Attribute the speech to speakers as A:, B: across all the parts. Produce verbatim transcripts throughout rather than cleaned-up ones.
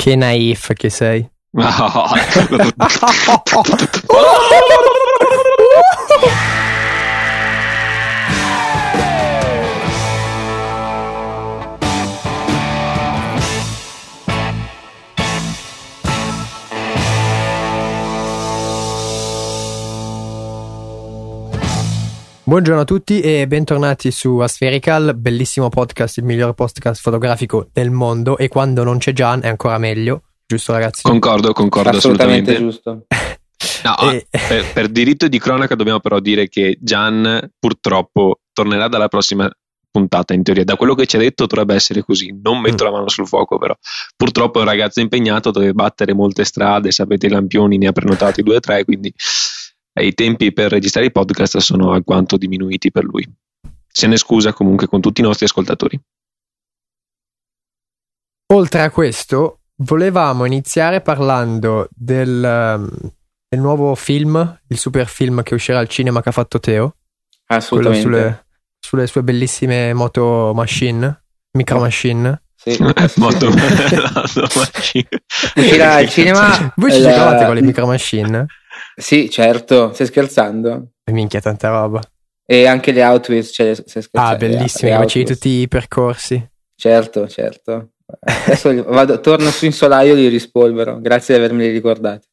A: Che naif che sei. Buongiorno a tutti e bentornati su Aspherical, bellissimo podcast, il migliore podcast fotografico del mondo, e quando non c'è Gian è ancora meglio, giusto ragazzi?
B: Concordo, concordo assolutamente,
C: assolutamente.
B: Giusto. No, e... per, per diritto di cronaca dobbiamo però dire che Gian purtroppo tornerà dalla prossima puntata, in teoria. Da quello che ci ha detto dovrebbe essere così, non metto mm. la mano sul fuoco, però purtroppo è un ragazzo impegnato, deve battere molte strade, sapete i lampioni ne ha prenotati due o tre, quindi i tempi per registrare i podcast sono alquanto diminuiti per lui. Se ne scusa comunque con tutti i nostri ascoltatori.
A: Oltre a questo, volevamo iniziare parlando del, del nuovo film, il super film che uscirà al cinema che ha fatto Teo.
C: Assolutamente.
A: Sulle, sulle sue bellissime moto machine, micro machine.
C: Sì,
B: moto machine.
C: Uscirà al cinema.
A: Voi ci
C: la...
A: giocavate con le micro machine?
C: Sì, certo, stai scherzando?
A: Minchia, tanta roba.
C: E anche le Hot Wheels, cioè, sei scherzando?
A: Ah, bellissimi, facevi tutti i percorsi.
C: Certo, certo. Adesso vado, torno su in solaio e li rispolvero. Grazie di avermeli ricordati.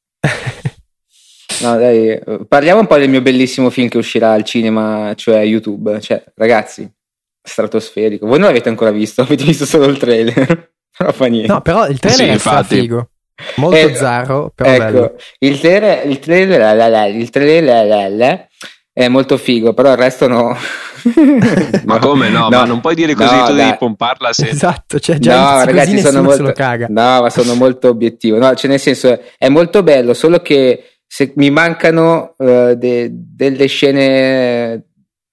C: No, dai, parliamo un po' del mio bellissimo film che uscirà al cinema, cioè YouTube. Cioè, ragazzi, stratosferico. Voi non l'avete ancora visto, avete visto solo il trailer. Però fa niente.
A: No, però il trailer
B: sì,
A: è strafigo. Molto
C: eh,
A: zarro, però
C: ecco,
A: bello.
C: Il trailer, il trailer, il trailer è molto figo, però il resto no.
B: Ma come no? no? Ma non puoi dire così,
C: no,
B: tu
C: dai.
B: devi pomparla sempre.
A: Esatto, cioè già
C: no, ragazzi,
A: così
C: sono molto,
A: se lo caga.
C: No, ma sono molto obiettivo. No, cioè nel senso è molto bello, solo che se mi mancano uh, de, delle scene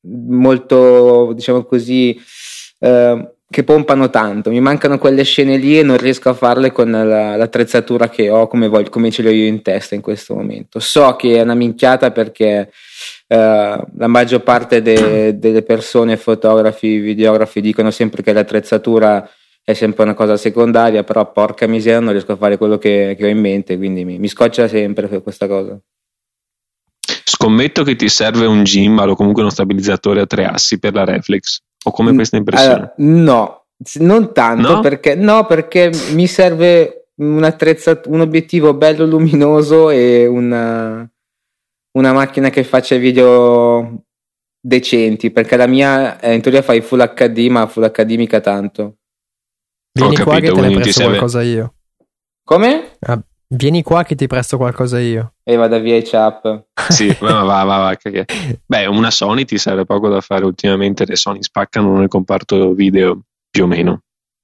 C: molto, diciamo così, uh, che pompano tanto, mi mancano quelle scene lì e non riesco a farle con la, l'attrezzatura che ho come, voglio, come ce l'ho io in testa in questo momento. So che è una minchiata perché uh, la maggior parte de, delle persone, fotografi, videografi, dicono sempre che l'attrezzatura è sempre una cosa secondaria, però porca miseria non riesco a fare quello che, che ho in mente, quindi mi, mi scoccia sempre per questa cosa.
B: Scommetto che ti serve un gimbal o comunque uno stabilizzatore a tre assi per la reflex. Ho come questa impressione?
C: Allora, no, non tanto,
B: no?
C: perché no, perché mi serve un attrezzato, un obiettivo bello luminoso e una, una macchina che faccia video decenti, perché la mia in teoria fa i Full acca di, ma Full acca di mica tanto.
A: Vieni
B: Ho
A: qua
B: capito,
A: che te ne presto
B: serve...
A: qualcosa io.
C: Come?
A: Ah, vieni qua che ti presto qualcosa io.
C: E vado via i chap.
B: Sì, va, va, va, va che... Beh, una Sony ti serve poco da fare ultimamente, le Sony spaccano nel comparto video più o meno.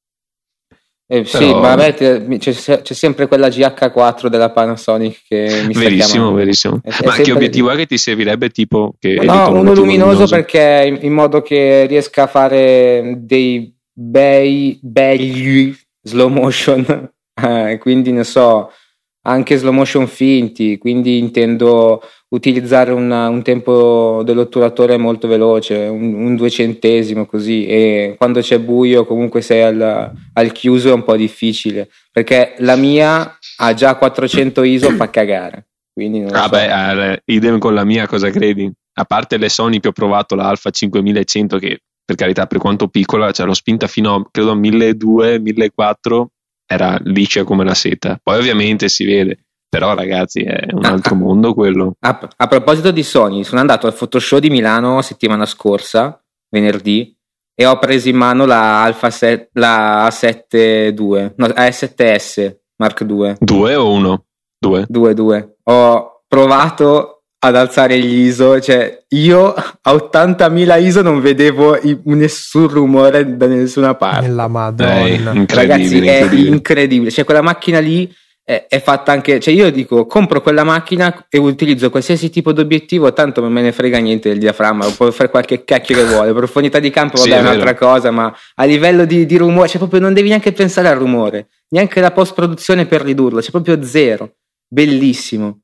C: Eh,
B: Però...
C: Sì, ma vabbè, c'è, c'è sempre quella G H quattro della Panasonic che mi sta
B: verissimo,
C: chiamando.
B: verissimo.
C: È, è
B: ma che
C: sempre...
B: obiettivo è che ti servirebbe, tipo? Che
C: No, uno luminoso,
B: luminoso
C: perché in, in modo che riesca a fare dei bei belli slow motion, eh, quindi ne so, anche slow motion finti, quindi intendo utilizzare una, un tempo dell'otturatore molto veloce, un, un duecentesimo così, e quando c'è buio comunque sei al, al chiuso è un po' difficile, perché la mia ha già quattrocento I S O, fa cagare, quindi non lo
B: ah
C: so.
B: beh, eh, idem con la mia, cosa credi? A parte le Sony che ho provato, la Alpha cinquemilacento, che per carità, per quanto piccola, cioè l'ho spinta fino a credo a milleduecento millequattrocento, era liscia come la seta. Poi ovviamente si vede, però ragazzi è un altro ah, mondo quello.
C: A, a proposito di Sony, sono andato al Photoshow di Milano settimana scorsa, venerdì, e ho preso in mano la Alpha set, la A sette due, no, A sette S Mark due.
B: Due o uno? Due.
C: Due, due. Ho provato ad alzare gli I S O, cioè io a ottantamila I S O non vedevo i, nessun rumore da nessuna parte.
A: Nella Madonna.
B: Eh, incredibile,
C: ragazzi,
B: incredibile.
C: È incredibile, cioè quella macchina lì è, è fatta anche, cioè io dico compro quella macchina e utilizzo qualsiasi tipo di obiettivo, tanto non me ne frega niente del diaframma, può fare qualche cacchio che vuole, profondità di campo vabbè, sì, è un'altra vero. cosa, ma a livello di, di rumore, cioè proprio non devi neanche pensare al rumore, neanche la post produzione per ridurlo, c'è proprio zero, bellissimo.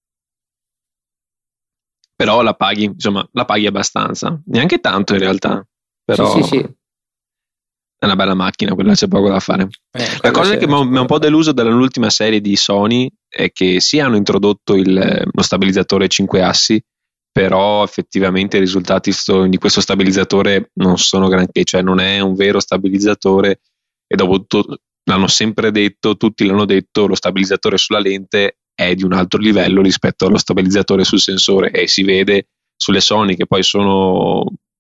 B: Però la paghi, insomma, la paghi abbastanza, neanche tanto in realtà, però...
C: Sì, sì, sì.
B: È una bella macchina, quella c'è poco da fare.
C: Eh,
B: La cosa che mi ha un po' deluso dall'ultima serie di Sony è che sì, hanno introdotto il, lo stabilizzatore cinque assi, però effettivamente i risultati sto, di questo stabilizzatore non sono granché, cioè non è un vero stabilizzatore, e dopo tutto, l'hanno sempre detto, tutti l'hanno detto, lo stabilizzatore sulla lente è di un altro livello rispetto allo stabilizzatore sul sensore, e si vede sulle Sony che poi sono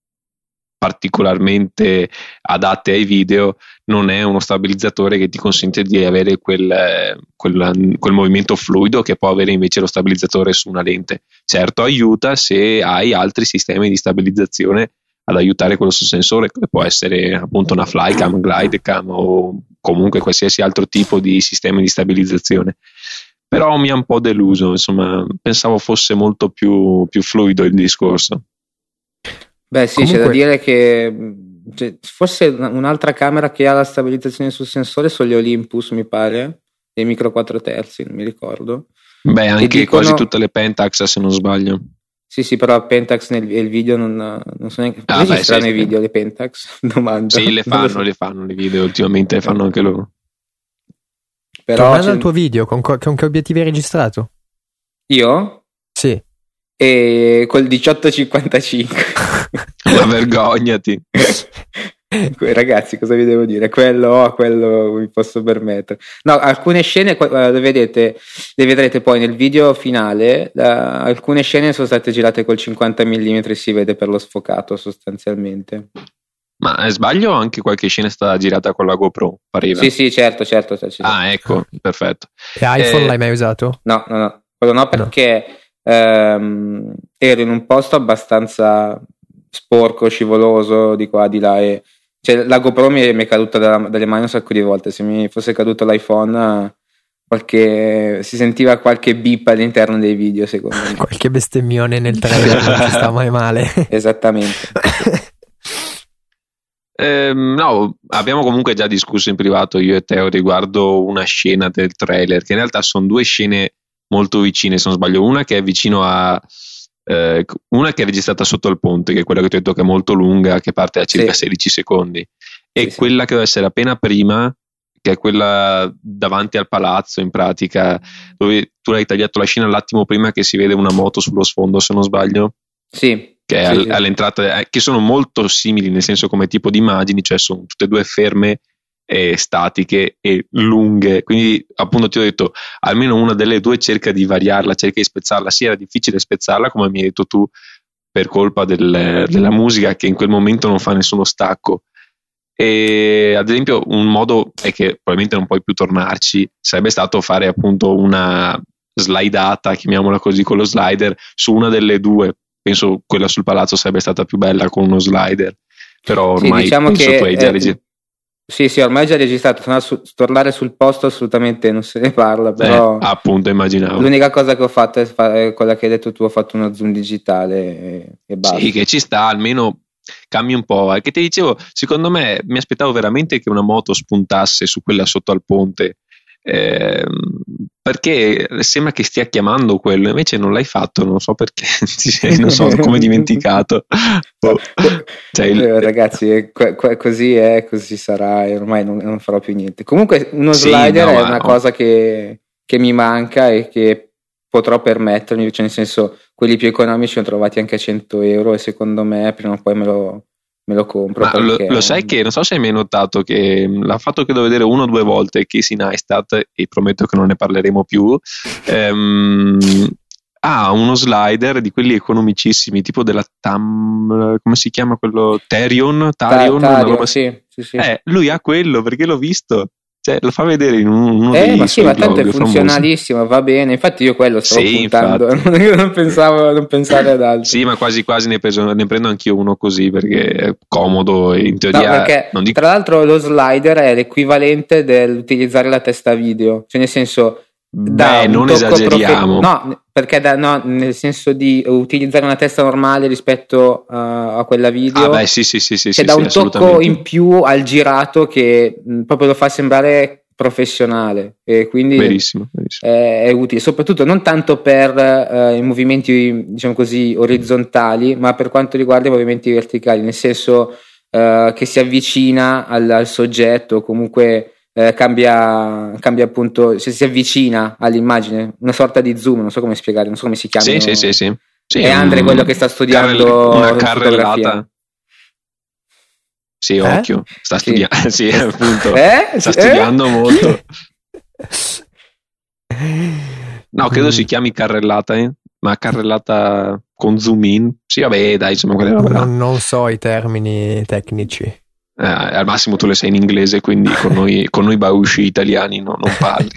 B: particolarmente adatte ai video, non è uno stabilizzatore che ti consente di avere quel, quel, quel movimento fluido che può avere invece lo stabilizzatore su una lente. Certo, aiuta se hai altri sistemi di stabilizzazione ad aiutare quello sul sensore, che può essere appunto una flycam, glidecam o comunque qualsiasi altro tipo di sistemi di stabilizzazione. Però mi ha un po' deluso, insomma, pensavo fosse molto più, più fluido il discorso.
C: Beh sì, comunque, c'è da dire che cioè, forse un'altra camera che ha la stabilizzazione sul sensore sono gli Olympus, mi pare, e i micro quattro terzi, non mi ricordo.
B: Beh, anche dicono, quasi tutte le Pentax, se non sbaglio.
C: Sì, sì, però Pentax nel il video non, non so neanche.
B: Ah,
C: esistono
B: sì,
C: i
B: sì.
C: video le Pentax? Domanda.
B: Sì, le fanno, so. le fanno le video, ultimamente le fanno anche loro.
A: Però tornando al tuo video, con, con che obiettivi hai registrato?
C: Io?
A: Sì.
C: E col diciotto cinquantacinque.
B: Ma vergognati.
C: Ragazzi, cosa vi devo dire? Quello oh, quello mi posso permettere. No, alcune scene le vedete, le vedrete poi nel video finale. Uh, alcune scene sono state girate col cinquanta millimetri, si vede per lo sfocato sostanzialmente.
B: Ma eh, sbaglio, anche qualche scena è stata girata con la GoPro, pareva.
C: Sì, sì, certo, certo. certo.
B: Ah, ecco, perfetto.
A: E iPhone eh, l'hai mai usato?
C: No, no, no. Quello no, perché no. Ehm, ero in un posto abbastanza sporco, scivoloso di qua di là, e cioè, la GoPro mi è, mi è caduta da, dalle mani un sacco di volte. Se mi fosse caduto l'iPhone, qualche, si sentiva qualche beep all'interno dei video, secondo me.
A: Qualche bestemmione nel trailer non ci sta mai male.
C: Esattamente.
B: Eh, no, abbiamo comunque già discusso in privato io e Teo riguardo una scena del trailer, che in realtà sono due scene molto vicine, se non sbaglio. Una che è vicino a eh, una che è registrata sotto il ponte, che è quella che ti ho detto che è molto lunga, che parte da circa sì. sedici secondi, e sì, quella sì. che deve essere appena prima, che è quella davanti al palazzo, in pratica, dove tu hai tagliato la scena l'attimo prima che si vede una moto sullo sfondo, se non sbaglio.
C: Sì.
B: Che è
C: sì,
B: all-
C: sì.
B: all'entrata, eh, che sono molto simili nel senso come tipo di immagini, cioè sono tutte e due ferme e statiche e lunghe, quindi appunto ti ho detto almeno una delle due cerca di variarla, cerca di spezzarla. Sì, era difficile spezzarla, come mi hai detto tu, per colpa del, della musica che in quel momento non fa nessuno stacco. E ad esempio un modo è che probabilmente non puoi più tornarci, sarebbe stato fare appunto una slidata, chiamiamola così, con lo slider su una delle due. Penso quella sul palazzo sarebbe stata più bella con uno slider, però ormai sì, diciamo penso che tu hai già eh, registrato.
C: Sì, sì, ormai è già registrato. Tornare, su, tornare sul posto assolutamente non se ne parla, però
B: eh, appunto immaginavo.
C: L'unica cosa che ho fatto è, fare, è quella che hai detto tu, ho fatto uno zoom digitale e, e basta.
B: Sì, che ci sta, almeno cambi un po'. Eh. Che ti dicevo, secondo me mi aspettavo veramente che una moto spuntasse su quella sotto al ponte, eh, perché sembra che stia chiamando quello, invece non l'hai fatto, non so perché, non so come dimenticato. Oh. Cioè, il...
C: eh, ragazzi, è, qu- così è, così sarà, e ormai non, non farò più niente. Comunque uno sì, slider no, è una no. cosa che, che mi manca e che potrò permettermi, cioè nel senso, quelli più economici li ho trovati anche a cento euro e secondo me prima o poi me lo me lo compro.
B: Ma lo, lo sai che non so se hai mai notato che l'ha fatto credo vedere uno o due volte Casey Neistat, e prometto che non ne parleremo più. ehm, ha uno slider di quelli economicissimi, tipo della Tam, come si chiama quello? Therion? Therion,
C: Ta-
B: una roba
C: sì, sì, sì.
B: Eh, lui ha quello perché l'ho visto. Cioè, lo fa vedere in uno
C: eh,
B: dei
C: ma sì, ma tanto è
B: famosi.
C: funzionalissimo, va bene. Infatti io quello stavo
B: sì,
C: puntando, non pensavo, non pensare ad altro.
B: Sì, ma quasi quasi ne, preso, ne prendo anch'io uno così perché è comodo e in teoria.
C: No, perché
B: non dico...
C: tra l'altro lo slider è l'equivalente dell'utilizzare la testa video, cioè nel senso. Da
B: Beh, non esageriamo.
C: Profe- no, perché da, no, nel senso di utilizzare una testa normale rispetto uh, a quella video.
B: Ah, beh, sì, sì, sì, sì.
C: C'è
B: sì,
C: da
B: sì,
C: un tocco in più al girato che mh, proprio lo fa sembrare professionale, e quindi
B: verissimo, verissimo.
C: È, è utile, soprattutto non tanto per uh, i movimenti, diciamo così, orizzontali, ma per quanto riguarda i movimenti verticali, nel senso uh, che si avvicina al, al soggetto, comunque uh, cambia, cambia appunto, se si avvicina all'immagine, una sorta di zoom, non so come spiegare, non so come si chiama.
B: Sì, sì, sì, sì. Sì,
C: è Andre quello che sta studiando
B: una carrellata. Sì,
C: eh?
B: occhio, sta
C: sì.
B: studiando, sì, appunto,
C: eh?
B: sta studiando
C: eh?
B: molto. No, credo mm. si chiami carrellata, eh? Ma carrellata con zoom in. Sì, vabbè, dai, insomma, quelle robe là.
A: Non, non so i termini tecnici.
B: Eh, al massimo tu le sai in inglese, quindi con noi, con noi bausci italiani no, non parli.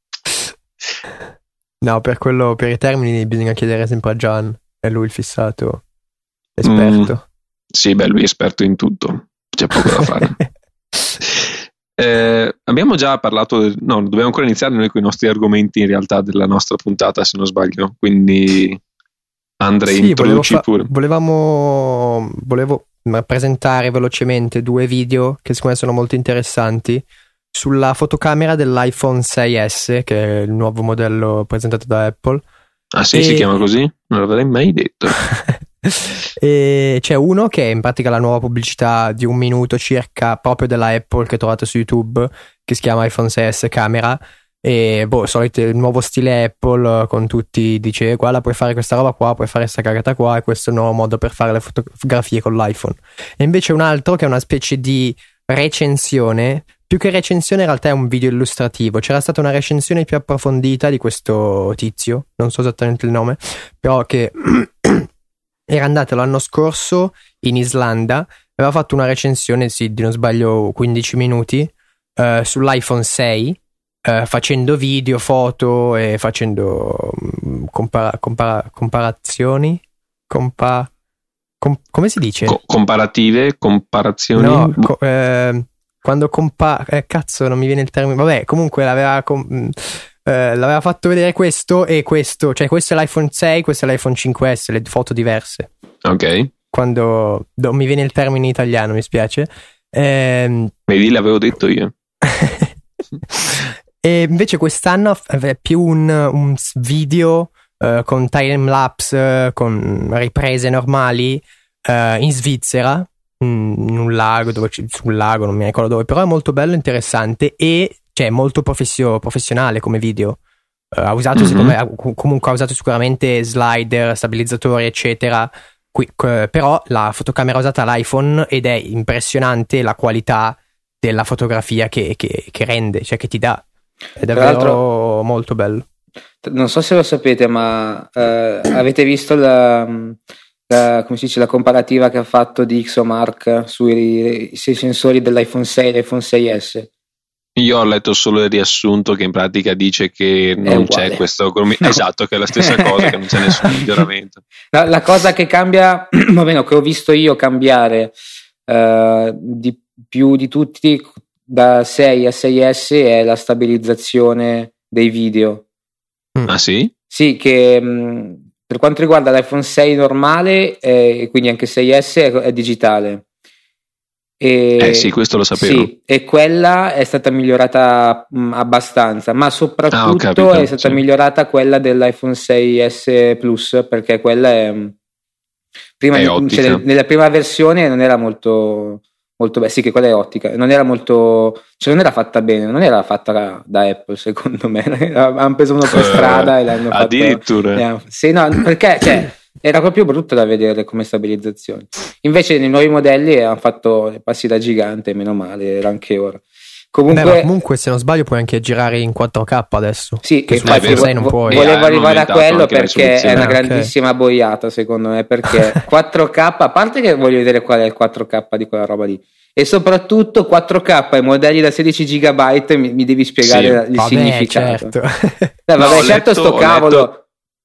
A: No, per quello, per i termini bisogna chiedere sempre a Gian, è lui il fissato esperto.
B: Mm, sì, beh, lui è esperto in tutto, c'è poco da fare. eh, abbiamo già parlato, no, dobbiamo ancora iniziare noi con i nostri argomenti in realtà della nostra puntata, se non sbaglio, quindi Andrea, sì, introduci fa- pure.
A: Volevamo, volevo presentare velocemente due video che secondo me sono molto interessanti sulla fotocamera dell'iPhone sei esse, che è il nuovo modello presentato da Apple.
B: Ah sì, e... si chiama così? Non l'avrei mai detto.
A: E c'è uno che è in pratica la nuova pubblicità di un minuto circa proprio della Apple che trovate su YouTube, che si chiama iPhone sei esse Camera. E boh, solito il nuovo stile Apple, con tutti dice guarda, puoi fare questa roba qua, puoi fare questa cagata qua, e questo è il nuovo modo per fare le fotografie con l'iPhone. E invece un altro che è una specie di recensione, più che recensione in realtà è un video illustrativo. C'era stata una recensione più approfondita di questo tizio, non so esattamente il nome, però che era andato l'anno scorso in Islanda, aveva fatto una recensione, sì, di non sbaglio quindici minuti, uh, sull'iPhone sei, uh, facendo video, foto e facendo um, compara- compara- comparazioni compa- com- come si dice?
B: Co- comparative, comparazioni?
A: No, co- eh, quando compa... Eh, cazzo, non mi viene il termine. Vabbè, comunque l'aveva... Com- eh, l'aveva fatto vedere questo e questo. Cioè, questo è l'iPhone sei, questo è l'iPhone cinque esse, le foto diverse.
B: Ok.
A: Quando... Non mi viene il termine in italiano, mi spiace. Eh,
B: Vedi, l'avevo detto io.
A: E invece quest'anno è più un, un video uh, con time-lapse, uh, con riprese normali, uh, in Svizzera, in un lago, dove c'è, sul lago, non mi ricordo dove, però è molto bello, interessante e cioè molto professio, professionale come video. Uh, ha usato mm-hmm. secondo me, comunque ha usato sicuramente slider, stabilizzatori eccetera. Qui, uh, però la fotocamera usata all'iPhone, ed è impressionante la qualità della fotografia che, che, che rende, cioè che ti dà. È davvero molto bello.
C: Non so se lo sapete, ma uh, avete visto la, la, come si dice, la comparativa che ha fatto di Dixomark sui, sui sensori dell'iPhone sei e l'iPhone sei esse?
B: Io ho letto solo il riassunto che in pratica dice che non c'è questo no. Esatto, che è la stessa cosa, che non c'è nessun miglioramento. La,
C: la cosa che cambia, va bene, che ho visto io cambiare uh, di più di tutti da sei a sei esse è la stabilizzazione dei video.
B: Ah sì?
C: Sì, che mh, per quanto riguarda l'iPhone sei normale e eh, quindi anche sei esse è, è digitale. E,
B: eh sì, questo lo sapevo.
C: Sì, e quella è stata migliorata mh, abbastanza, ma soprattutto ah, capito, è stata sì. migliorata quella dell'iPhone sei esse Plus, perché quella è mh, prima
B: è
C: di, cioè, nella prima versione non era molto molto beh, sì, che quella è ottica, non era molto, cioè non era fatta bene, non era fatta da, da Apple secondo me, hanno preso uno per strada uh, e l'hanno fatto
B: addirittura
C: sì, no, perché cioè era proprio brutto da vedere come stabilizzazione. Invece nei nuovi modelli hanno fatto passi da gigante, meno male, era anche ora. Comunque,
A: Beh, comunque se non sbaglio puoi anche girare in quattro K adesso.
C: Sì,
A: che
C: infatti vo-
A: non puoi.
C: volevo arrivare a quello perché è una grandissima okay. boiata secondo me, perché quattro K, a parte che voglio vedere qual è il quattro K di quella roba lì, e soprattutto quattro K e modelli da sedici giga mi, mi devi spiegare sì, il
A: vabbè,
C: significato.
A: Certo.
C: Beh, vabbè, no, certo letto, sto cavolo.
B: Letto...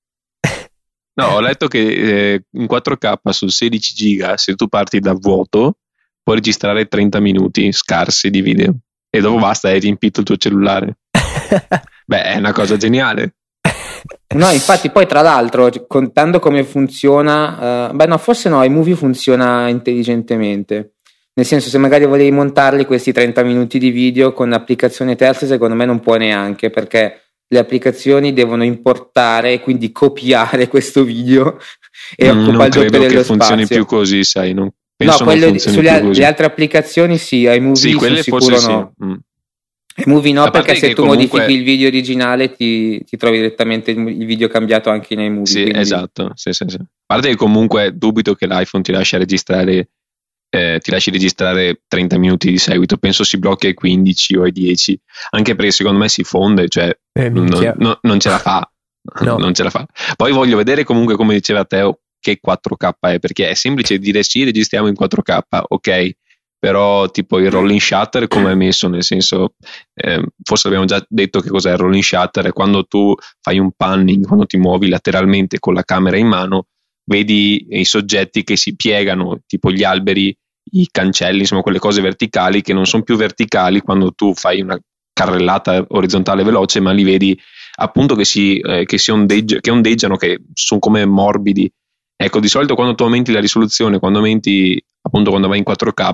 B: No, ho letto che eh, in quattro K su sedici giga, se tu parti da vuoto, puoi registrare trenta minuti scarsi di video e dopo basta, hai riempito il tuo cellulare. Beh, è una cosa geniale.
C: No, infatti poi tra l'altro, contando come funziona, uh, beh no, forse no, iMovie funziona intelligentemente. Nel senso, se magari volevi montarli questi trenta minuti di video con applicazioni terze, secondo me non può neanche, perché le applicazioni devono importare e quindi copiare questo video e
B: mm,
C: occupa il doppio dello spazio.
B: Non credo che funzioni più così, sai, non, penso
C: no, quello
B: non
C: sulle a- le altre applicazioni sì, iMovie
B: sì, quelle
C: sicuro
B: forse
C: no.
B: Sì. Mm.
C: iMovie no, perché se tu
B: comunque...
C: modifichi il video originale ti, ti trovi direttamente il video cambiato anche in iMovie.
B: Sì,
C: quindi...
B: esatto. Sì, sì, sì. A parte che comunque dubito che l'iPhone ti lascia registrare eh, ti lasci registrare trenta minuti di seguito, penso si blocchi ai quindici o ai dieci, anche perché secondo me si fonde, cioè
A: eh,
B: non, non, non ce la fa. No. Non ce la fa. Poi voglio vedere comunque, come diceva Teo, che quattro K è, perché è semplice dire sì, registriamo in quattro K, ok, però tipo il rolling shutter come è messo, nel senso eh, forse abbiamo già detto che cos'è il rolling shutter, è quando tu fai un panning, quando ti muovi lateralmente con la camera in mano, vedi i soggetti che si piegano, tipo gli alberi, i cancelli, insomma quelle cose verticali che non sono più verticali quando tu fai una carrellata orizzontale veloce, ma li vedi appunto che si, eh, che si ondeggi- che ondeggiano, che sono come morbidi. Ecco, di solito quando tu aumenti la risoluzione, quando aumenti appunto quando vai in quattro K,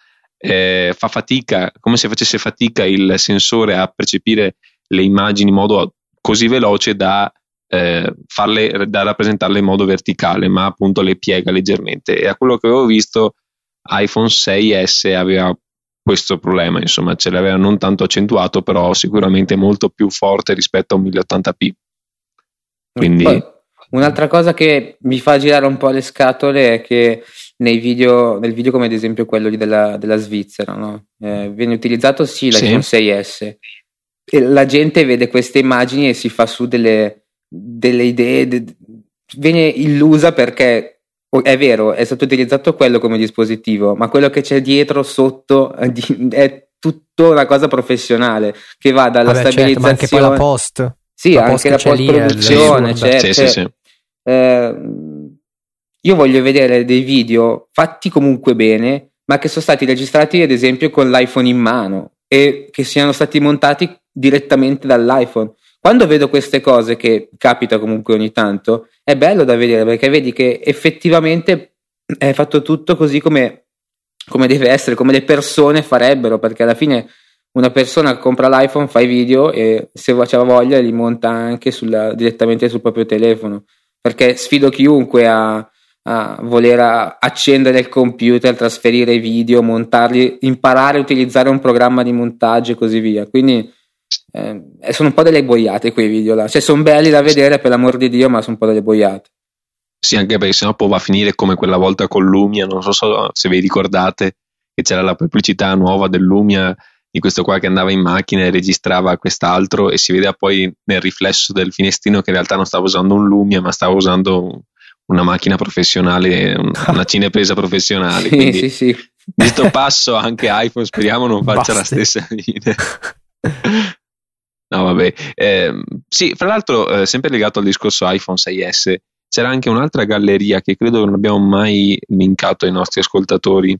B: eh, fa fatica, come se facesse fatica il sensore a percepire le immagini in modo così veloce da eh, farle, da rappresentarle in modo verticale, ma appunto le piega leggermente. E a quello che avevo visto, iPhone sei S aveva questo problema, insomma ce l'aveva non tanto accentuato, però sicuramente molto più forte rispetto a un mille ottanta p. Quindi
C: poi, un'altra cosa che mi fa girare un po' le scatole è che nei video, nel video come ad esempio quello della, della Svizzera, no? eh, viene utilizzato sì l'iPhone sì. sei S e la gente vede queste immagini e si fa su delle, delle idee, de, viene illusa perché è vero, è stato utilizzato quello come dispositivo, ma quello che c'è dietro, sotto, è tutta una cosa professionale che va dalla
A: Vabbè,
C: stabilizzazione,
A: certo, ma anche poi la post,
C: sì,
A: la
C: anche
A: post
C: la post-produzione,
B: sì,
C: certo.
B: sì, sì.
C: Eh, io voglio vedere dei video fatti comunque bene, ma che sono stati registrati ad esempio con l'iPhone in mano e che siano stati montati direttamente dall'iPhone. Quando vedo queste cose, che capita comunque ogni tanto, è bello da vedere perché vedi che effettivamente è fatto tutto così come, come deve essere, come le persone farebbero, perché alla fine una persona compra l'iPhone, fa i video e se c'ha voglia li monta anche sulla, direttamente sul proprio telefono, perché sfido chiunque a, a voler a accendere il computer, trasferire i video, montarli, imparare a utilizzare un programma di montaggio e così via. Quindi Eh, sono un po' delle boiate quei video là, cioè sono belli da vedere per l'amor di Dio, ma sono un po' delle boiate.
B: Sì, anche perché sennò poi va a finire come quella volta con Lumia, non so se vi ricordate che c'era la pubblicità nuova del Lumia di questo qua che andava in macchina e registrava quest'altro e si vedeva poi nel riflesso del finestrino che in realtà non stava usando un Lumia ma stava usando una macchina professionale, una cinepresa professionale.
C: Sì,
B: quindi
C: sì, sì.
B: di sto passo anche iPhone speriamo non faccia Basti. La stessa linea. No, vabbè. Eh, sì, fra l'altro, eh, sempre legato al discorso iPhone sei S, c'era anche un'altra galleria che credo non abbiamo mai linkato ai nostri ascoltatori,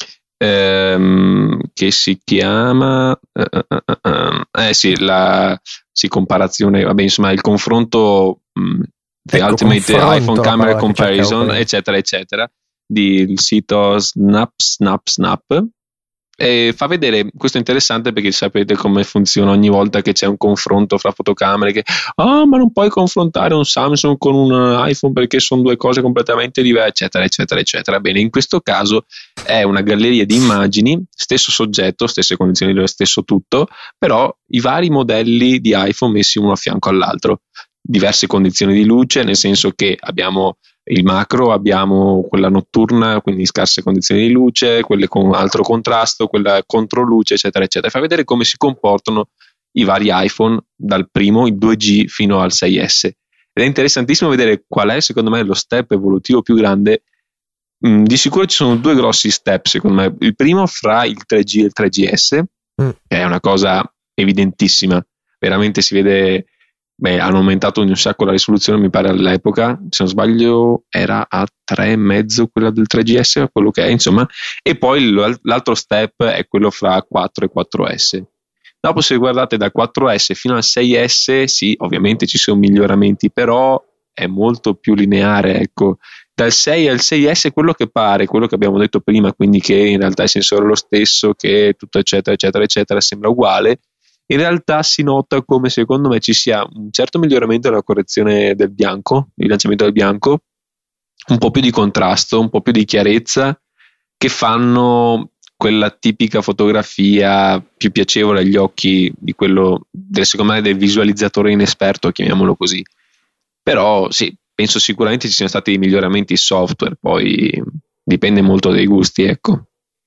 B: ehm, che si chiama eh, eh, eh, eh sì, la sì, comparazione, vabbè, insomma, il confronto mh, The ecco, Ultimate iPhone Camera Comparison, eccetera, eccetera, del sito Snap Snap Snap. E fa vedere, questo è interessante perché sapete come funziona ogni volta che c'è un confronto fra fotocamere, che ah, ma non puoi confrontare un Samsung con un iPhone perché sono due cose completamente diverse, eccetera, eccetera, eccetera. Bene, in questo caso è una galleria di immagini, stesso soggetto, stesse condizioni, lo stesso tutto, però i vari modelli di iPhone messi uno a fianco all'altro, diverse condizioni di luce, nel senso che abbiamo il macro, abbiamo quella notturna, quindi scarse condizioni di luce, quelle con altro contrasto, quella contro luce, eccetera, eccetera. Fa vedere come si comportano i vari iPhone dal primo, il due G, fino al sei S. Ed è interessantissimo vedere qual è, secondo me, lo step evolutivo più grande. Mm, di sicuro ci sono due grossi step, secondo me. Il primo fra il tre G e il tre G S, mm. che è una cosa evidentissima. Veramente si vede... Beh, hanno aumentato un sacco la risoluzione, mi pare all'epoca, se non sbaglio era a tre e mezzo quella del tre G S, quello che è, insomma, e poi l'altro step è quello fra quattro e quattro S. Dopo, se guardate da quattro S fino al sei S, sì, ovviamente ci sono miglioramenti, però è molto più lineare, ecco. Dal sei al sei S quello che pare, quello che abbiamo detto prima, quindi che in realtà il sensore è lo stesso, che tutto eccetera eccetera eccetera sembra uguale. In realtà si nota come secondo me ci sia un certo miglioramento nella correzione del bianco, il bilanciamento del bianco, un po' più di contrasto, un po' più di chiarezza che fanno quella tipica fotografia più piacevole agli occhi di quello del, secondo me, del visualizzatore inesperto, chiamiamolo così. Però sì, penso sicuramente ci siano stati dei miglioramenti software, poi dipende molto dai gusti, ecco.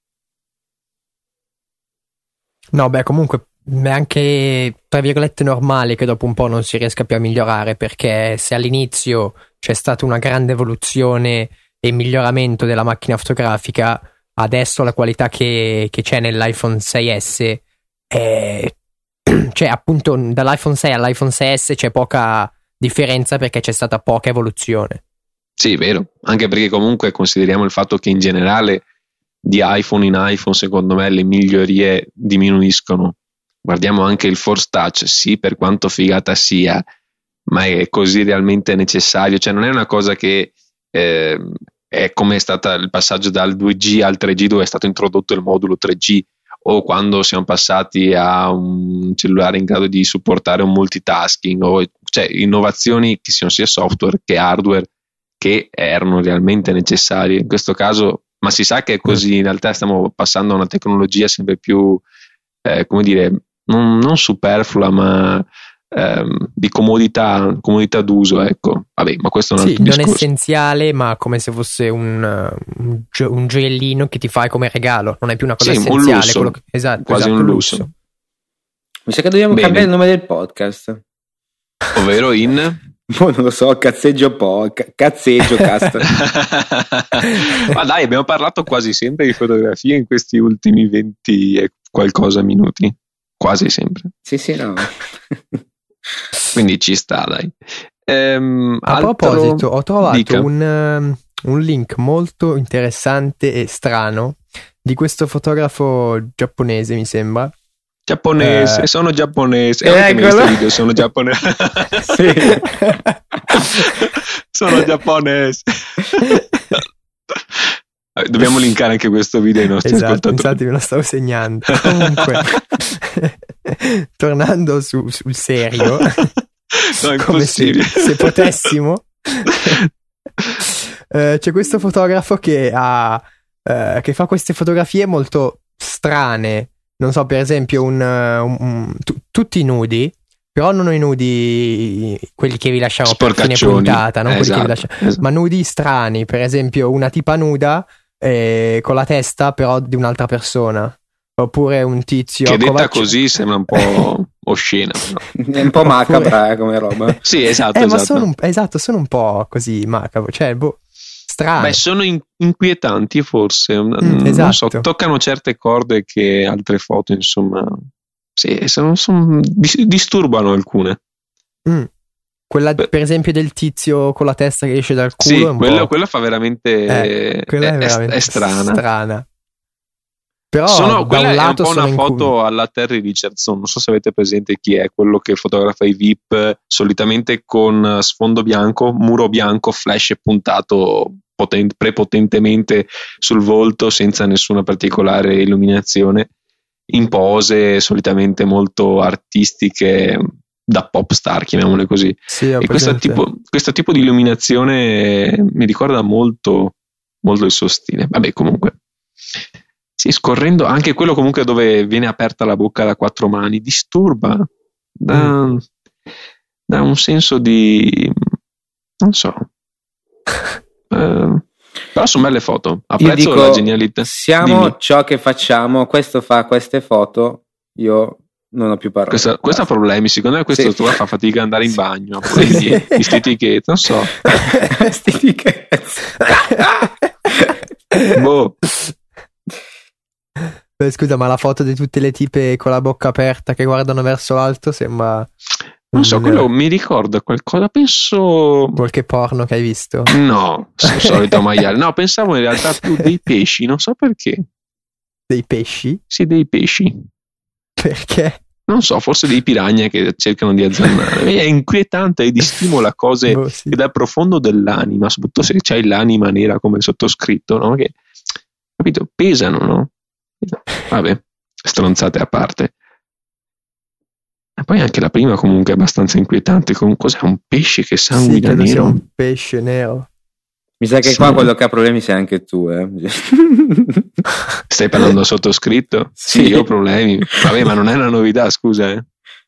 A: No, beh, comunque è anche, tra virgolette, normale che dopo un po' non si riesca più a migliorare, perché se all'inizio c'è stata una grande evoluzione e miglioramento della macchina fotografica, adesso la qualità che, che c'è nell'iPhone sei S è, cioè appunto dall'iPhone sei all'iPhone sei S c'è poca differenza perché c'è stata poca evoluzione.
B: Sì, vero, anche perché comunque consideriamo il fatto che in generale di iPhone in iPhone secondo me le migliorie diminuiscono. Guardiamo anche il Force Touch, sì, per quanto figata sia, ma è così realmente necessario? Cioè non è una cosa che eh, è come è stato il passaggio dal due G al tre G, dove è stato introdotto il modulo tre G, o quando siamo passati a un cellulare in grado di supportare un multitasking, o cioè innovazioni che siano sia software che hardware che erano realmente necessarie in questo caso. Ma si sa che è così, in realtà stiamo passando a una tecnologia sempre più eh, come dire, non, non superflua, ma ehm, di comodità, comodità d'uso, ecco. Vabbè, ma questo è un
A: sì,
B: altro
A: non
B: discorso.
A: essenziale, ma come se fosse un, un, gio- un gioiellino che ti fai come regalo, non è più una cosa
B: sì,
A: essenziale,
B: un lusso,
A: quello che, esatto,
B: quasi
A: esatto,
B: un lusso. lusso.
C: Mi sa che dobbiamo
B: Bene.
C: cambiare il nome del podcast.
B: Ovvero in...
C: Oh, non lo so, cazzeggio po', ca- cazzeggio cast.
B: Ma dai, abbiamo parlato quasi sempre di fotografia in questi ultimi venti e qualcosa minuti, quasi sempre.
C: Sì, sì, no.
B: Quindi ci sta, dai. Ehm,
A: A
B: altro...
A: proposito, ho trovato
B: Dica.
A: un, um, un link molto interessante e strano di questo fotografo giapponese, mi sembra.
B: Giapponese,
A: Eh,
B: sono giapponese.
C: eh,
B: Eh, avete visto
C: eccolo.
B: il video? Sono giapponese.
C: Sì.
B: Sono giapponese. Eh, Dobbiamo linkare anche questo video ai nostri
A: Esatto,
B: ascoltatori.
A: infatti me lo stavo segnando. Comunque, tornando su, sul serio,
B: No, è
A: come se,
B: impossibile.
A: se potessimo, eh, c'è questo fotografo che ha eh, che fa queste fotografie molto strane. Non so, per esempio, un, un- un- tu- tutti nudi, però non i nudi quelli che vi lasciamo per fine
B: Sporcaccioni.
A: puntata, non
B: Eh,
A: quelli che vi
B: esatto,
A: lasciamo,
B: esatto.
A: ma nudi strani. Per esempio, una tipa nuda eh, con la testa però di un'altra persona, oppure un tizio
B: Che detta
A: accovacci-
B: così sembra un po' oscena. No?
C: È un po' macabra eh, come roba.
B: Sì, esatto,
A: eh, ma
B: esatto.
A: sono un, esatto, sono un po' così macabro, cioè, boh, strano.
B: Beh, sono in- inquietanti forse, non
A: Mm, esatto.
B: so, toccano certe corde che altre foto, insomma, sì, sono, sono- dis- disturbano alcune.
A: Mm. Quella,
B: Beh.
A: per esempio, del tizio con la testa che esce dal culo
B: Sì,
A: è un
B: quello,
A: po'...
B: quello fa veramente,
A: Eh, quella è
B: è,
A: veramente
B: è strana.
A: strana. Però
B: Sono-
A: da
B: quella
A: un
B: è un
A: lato
B: po'
A: sono
B: una
A: in
B: foto
A: cui-
B: alla Terry Richardson, non so se avete presente chi è, quello che fotografa i V I P, solitamente con sfondo bianco, muro bianco, flash puntato poten- prepotentemente sul volto senza nessuna particolare illuminazione, in pose solitamente molto artistiche, da pop star, chiamiamole così.
A: Sì, ho
B: E questo
A: presente.
B: tipo, questo tipo di illuminazione mi ricorda molto, molto il suo stile. Vabbè, comunque, sì, scorrendo anche quello comunque dove viene aperta la bocca da quattro mani disturba, da, da un senso di, non so, Eh, però sono belle foto.
C: Io
B: Apprezzo
C: dico,
B: la genialità.
C: siamo
B: Dimmi.
C: ciò che facciamo, questo fa queste foto, io non ho più parole.
B: Questo, questo ha problemi, secondo me questo
C: Sì.
B: tu fa fatica ad andare in bagno,
C: Sì,
B: poi
C: sì.
B: gli, gli sti etichette, non so.
C: Sti di cazzo.
B: Boh.
A: Beh, scusa, ma la foto di tutte le tipe con la bocca aperta che guardano verso l'alto sembra
B: Non so,
A: un-
B: quello mi ricorda qualcosa, penso...
A: qualche porno che hai visto.
B: No, il solito maiale. No, pensavo in realtà più dei pesci, non so perché.
A: Dei pesci?
B: Sì, dei pesci.
A: Perché?
B: Non so, forse dei piranha che cercano di azzannare. È inquietante e ti stimola cose
A: Boh, sì.
B: che dal profondo dell'anima, soprattutto se c'hai l'anima nera come il sottoscritto, no? Che, capito? Pesano, no? Vabbè, stronzate a parte. E poi anche la prima comunque è abbastanza inquietante. Con cos'è un pesce che
A: Sì,
B: sanguina
A: credo sia
B: nero?
A: un pesce nero.
C: Mi sa che sì. Qua quello che ha problemi sei anche tu, eh.
B: Stai parlando al sottoscritto?
C: Sì,
B: sì, io ho problemi. Vabbè, ma non è una novità, scusa, eh.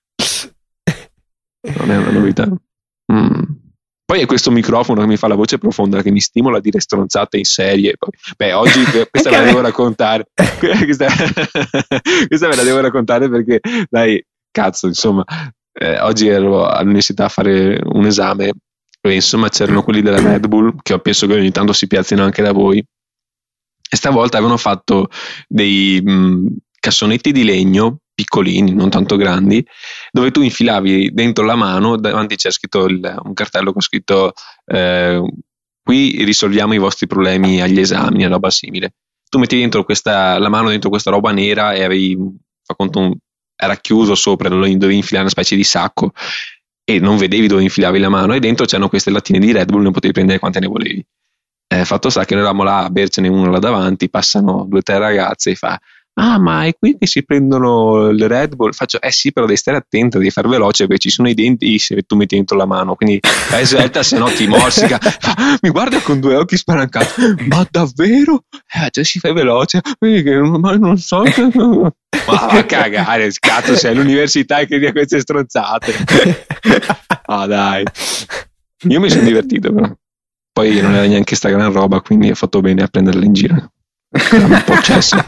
B: Non è una novità. Mm. Poi è questo microfono che mi fa la voce profonda, che mi stimola a dire stronzate in serie. Beh, oggi questa ve la devo raccontare. questa, questa ve la devo raccontare perché, dai, cazzo, insomma, eh, oggi ero all'università a fare un esame e insomma c'erano quelli della Red Bull, che penso che ogni tanto si piazzino anche da voi, e stavolta avevano fatto dei mh, cassonetti di legno piccolini, non tanto grandi, dove tu infilavi dentro la mano, davanti c'è scritto il, un cartello con scritto eh, qui risolviamo i vostri problemi agli esami, una roba simile. Tu metti dentro questa, la mano dentro questa roba nera e avevi, fa conto, un, era chiuso sopra, dovevi infilare una specie di sacco e non vedevi dove infilavi la mano, e dentro c'erano queste lattine di Red Bull, ne potevi prendere quante ne volevi. Eh, fatto sta che noi eravamo là a bercene uno là davanti, passano due o tre ragazze e fa: ah, ma è qui che si prendono il Red Bull? Faccio, eh sì, però devi stare attento, devi far veloce perché ci sono i denti se tu metti dentro la mano, quindi fai svelta, se no ti morsica. Mi guarda con due occhi spalancati, ma davvero? Eh, cioè si fai veloce, ma non so. Ma va a cagare, cazzo, sei all'università e che dia queste stronzate. Ah, dai. Io mi sono divertito, però. Poi non era neanche sta gran roba, quindi ho fatto bene a prenderla in giro. Era un po' cesso.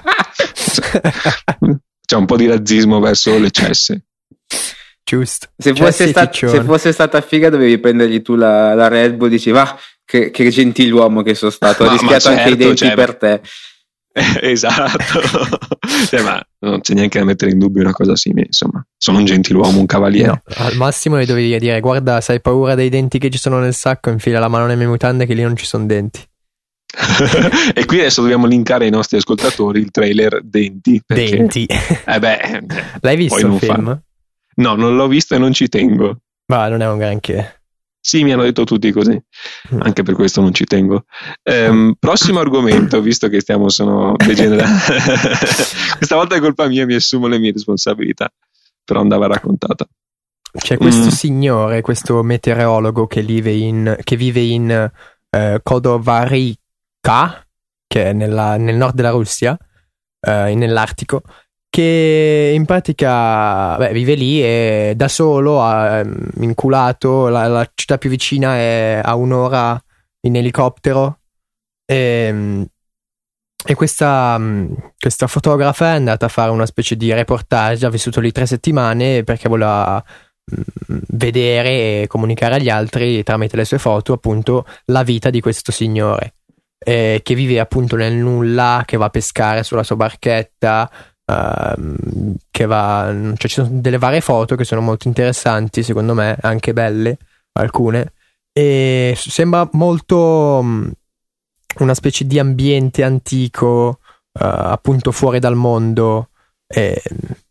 B: C'è un po' di razzismo verso le cesse.
A: Giusto.
C: Se fosse, stat- se fosse stata figa dovevi prendergli tu la, la Red Bull, dici va, che, che gentiluomo che sono stato, ho rischiato certo, anche i denti cioè, per te.
B: Eh, esatto. Cioè, ma non c'è neanche da mettere in dubbio una cosa simile, insomma, sono un gentiluomo, un cavaliere. No,
A: al massimo gli dovevi dire: guarda, se hai paura dei denti che ci sono nel sacco, infila la mano nelle mie mutande che lì non ci sono denti.
B: E qui adesso dobbiamo linkare ai nostri ascoltatori il trailer Denti, perché,
A: Denti.
B: Eh beh,
A: l'hai visto il film?
B: Fa... No, non l'ho visto e non ci tengo.
A: Ma non è un granché.
B: Sì, mi hanno detto tutti così, anche per questo non ci tengo. Ehm, prossimo argomento, visto che stiamo sono degenerati. Questa volta è colpa mia, mi assumo le mie responsabilità, però andava raccontata.
A: C'è questo mm. signore, questo meteorologo che vive in che vive in uh, Khodovarivka, che è nella, nel nord della Russia, uh, nell'Artico, che in pratica beh, vive lì e da solo ha inculato, la, la città più vicina è a un'ora in elicottero, e, e questa, questa fotografa è andata a fare una specie di reportage, ha vissuto lì tre settimane perché voleva vedere e comunicare agli altri tramite le sue foto appunto la vita di questo signore, eh, che vive appunto nel nulla, che va a pescare sulla sua barchetta, Uh, che va, cioè ci sono delle varie foto che sono molto interessanti, secondo me anche belle alcune, e sembra molto um, una specie di ambiente antico, uh, appunto fuori dal mondo, e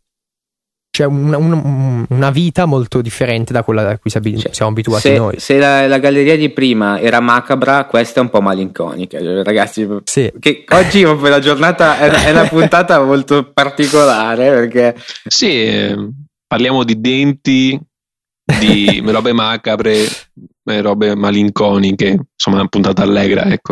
A: c'è una, una, una vita molto differente da quella a cui cioè, siamo abituati
C: se,
A: noi.
C: Se la, la galleria di prima era macabra, questa è un po' malinconica, ragazzi.
A: Sì.
C: Che oggi la giornata è, è una puntata molto particolare perché
B: sì, eh, parliamo di denti, di robe macabre, robe malinconiche, insomma è una puntata allegra, ecco.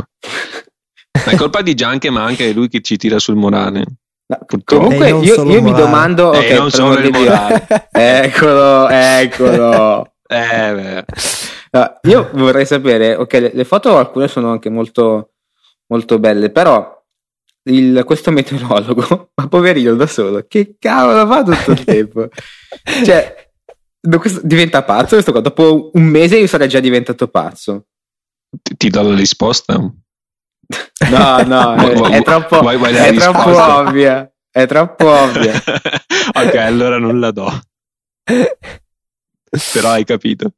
B: È colpa di Gianche, ma anche lui che ci tira sul morale.
C: No, comunque io, io mi domando
B: eh,
C: okay,
B: non solo il morale.
C: eccolo eccolo
B: eh,
C: no, io vorrei sapere, ok, le, le foto alcune sono anche molto molto belle, però il, questo meteorologo, ma poverino da solo, che cavolo fa tutto il tempo? Cioè questo, diventa pazzo questo qua. Dopo un mese io sarei già diventato pazzo.
B: Ti, ti do la risposta?
C: No, no, è, è troppo, vuoi, vuoi è troppo ovvia, è troppo ovvia.
B: Ok, allora non la do. Però hai capito.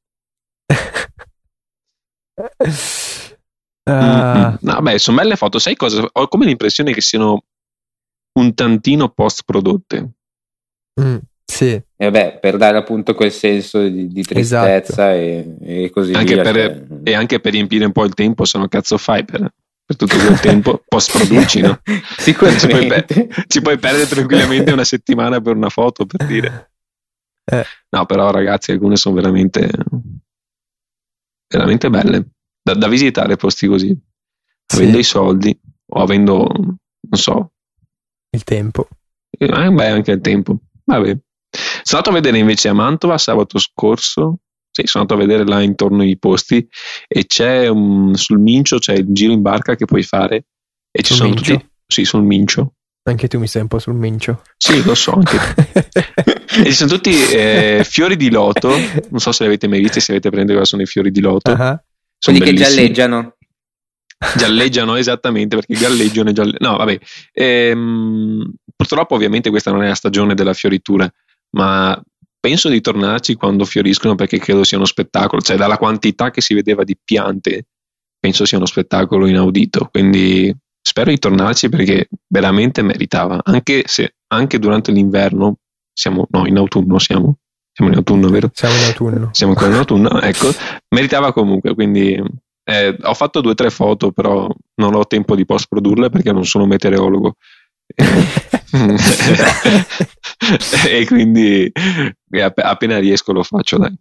B: Uh... Mm-hmm. No, beh, sono belle foto. Sai cosa? Ho come l'impressione che siano un tantino post prodotte.
A: Mm, sì.
C: E beh, per dare appunto quel senso di, di tristezza, esatto. e, e così
B: anche
C: via.
B: Per,
C: cioè...
B: E anche per riempire un po' il tempo, se no cazzo fai per... per tutto quel tempo post produci, no?
C: Sicuramente
B: ci puoi, per- ci puoi perdere tranquillamente una settimana per una foto, per dire.
A: Eh.
B: No, però ragazzi, alcune sono veramente veramente belle da, da visitare, posti così. avendo
A: Sì.
B: i soldi o avendo, non so,
A: il tempo.
B: eh, beh, anche il tempo. Vabbè. Sono andato a vedere invece a Mantova sabato scorso. Sì, sono andato a vedere là intorno ai posti e c'è un, sul Mincio c'è il giro in barca che puoi fare e ci
A: Sul
B: sono
A: Mincio?
B: tutti. Sì, sul Mincio.
A: Anche tu mi sei un po' sul mincio.
B: Sì, lo so, anche e ci sono tutti eh, fiori di loto. Non so se li avete mai visti, se avete presente cosa sono i fiori di loto.
A: Uh-huh.
B: Sono
C: Quelli che
B: bellissimi.
C: gialleggiano.
B: Gialleggiano esattamente perché galleggiano e gialle... no vabbè ehm, purtroppo ovviamente questa non è la stagione della fioritura, ma penso di tornarci quando fioriscono perché credo sia uno spettacolo, cioè dalla quantità che si vedeva di piante penso sia uno spettacolo inaudito, quindi spero di tornarci perché veramente meritava, anche se anche durante l'inverno siamo no in autunno siamo siamo in autunno, vero?
A: Siamo in autunno.
B: Siamo ancora in autunno, ecco, meritava comunque, quindi Eh, ho fatto due o tre foto, però non ho tempo di post produrle perché non sono meteorologo. E quindi eh, appena riesco lo faccio, dai.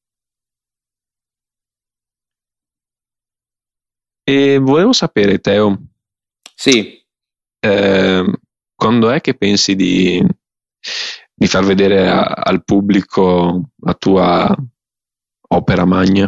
B: E volevo sapere, Teo,
C: Sì.
B: eh, quando è che pensi di, di far vedere a, al pubblico la tua opera magna?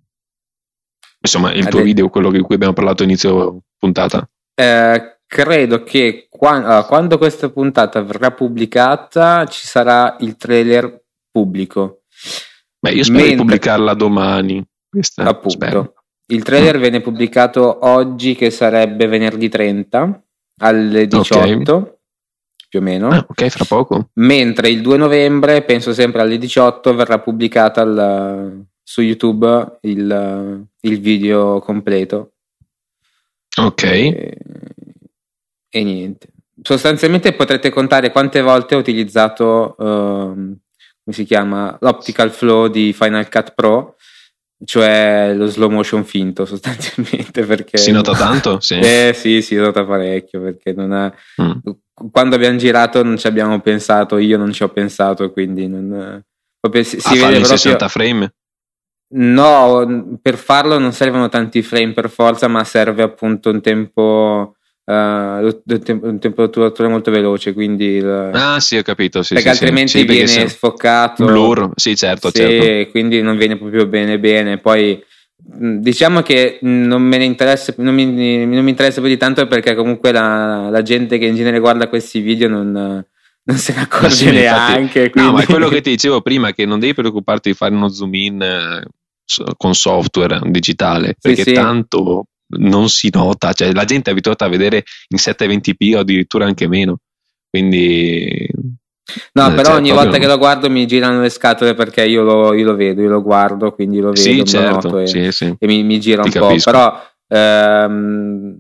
B: Insomma, il tuo
C: Adè.
B: video, quello di cui abbiamo parlato inizio puntata.
C: Eh, credo che qua- uh, quando questa puntata verrà pubblicata ci sarà il trailer pubblico.
B: Beh, io spero
C: Mentre,
B: di pubblicarla domani. Questa,
C: appunto,
B: spero.
C: il trailer viene pubblicato oggi, che sarebbe venerdì trenta alle diciotto, okay. Più o meno.
B: Ah, ok, fra poco.
C: Mentre il due novembre, penso sempre alle diciotto, verrà pubblicata al, su YouTube il, il video completo.
B: Ok.
C: E, e niente. Sostanzialmente potrete contare quante volte ho utilizzato uh, come si chiama? L'Optical Flow di Final Cut Pro, cioè lo slow motion finto sostanzialmente, perché
B: si nota tanto? Sì,
C: eh, sì, si nota parecchio, perché non ha...
B: Mm.
C: quando abbiamo girato non ci abbiamo pensato, io non ci ho pensato, quindi non... proprio si, si
B: a
C: vede
B: farli in
C: proprio...
B: sessanta frame?
C: No, per farlo non servono tanti frame per forza, ma serve appunto un tempo uh, un tempo, un tempo di otturatura molto veloce, quindi il...
B: ah sì, ho capito, sì,
C: perché
B: sì,
C: altrimenti
B: sì,
C: viene
B: perché
C: sfoccato,
B: blur, sì, certo,
C: sì,
B: certo.
C: quindi non viene proprio bene bene. Poi diciamo che non me ne interessa, non mi, non mi interessa più di tanto, perché comunque la, la gente che in genere guarda questi video non, non se ne accorge
B: sì,
C: neanche,
B: infatti,
C: quindi...
B: no, ma è quello che ti dicevo prima, che non devi preoccuparti di fare uno zoom in eh, con software digitale, perché
C: sì, sì.
B: tanto non si nota, cioè la gente è abituata a vedere in settecentoventi p o addirittura anche meno, quindi
C: no,
B: eh,
C: però
B: cioè,
C: ogni
B: proprio...
C: volta che lo guardo mi girano le scatole, perché io lo, io lo vedo, io lo guardo, quindi lo vedo,
B: sì,
C: lo
B: certo,
C: noto e,
B: sì, sì.
C: e mi, mi gira
B: Ti
C: un
B: capisco.
C: po', però ehm,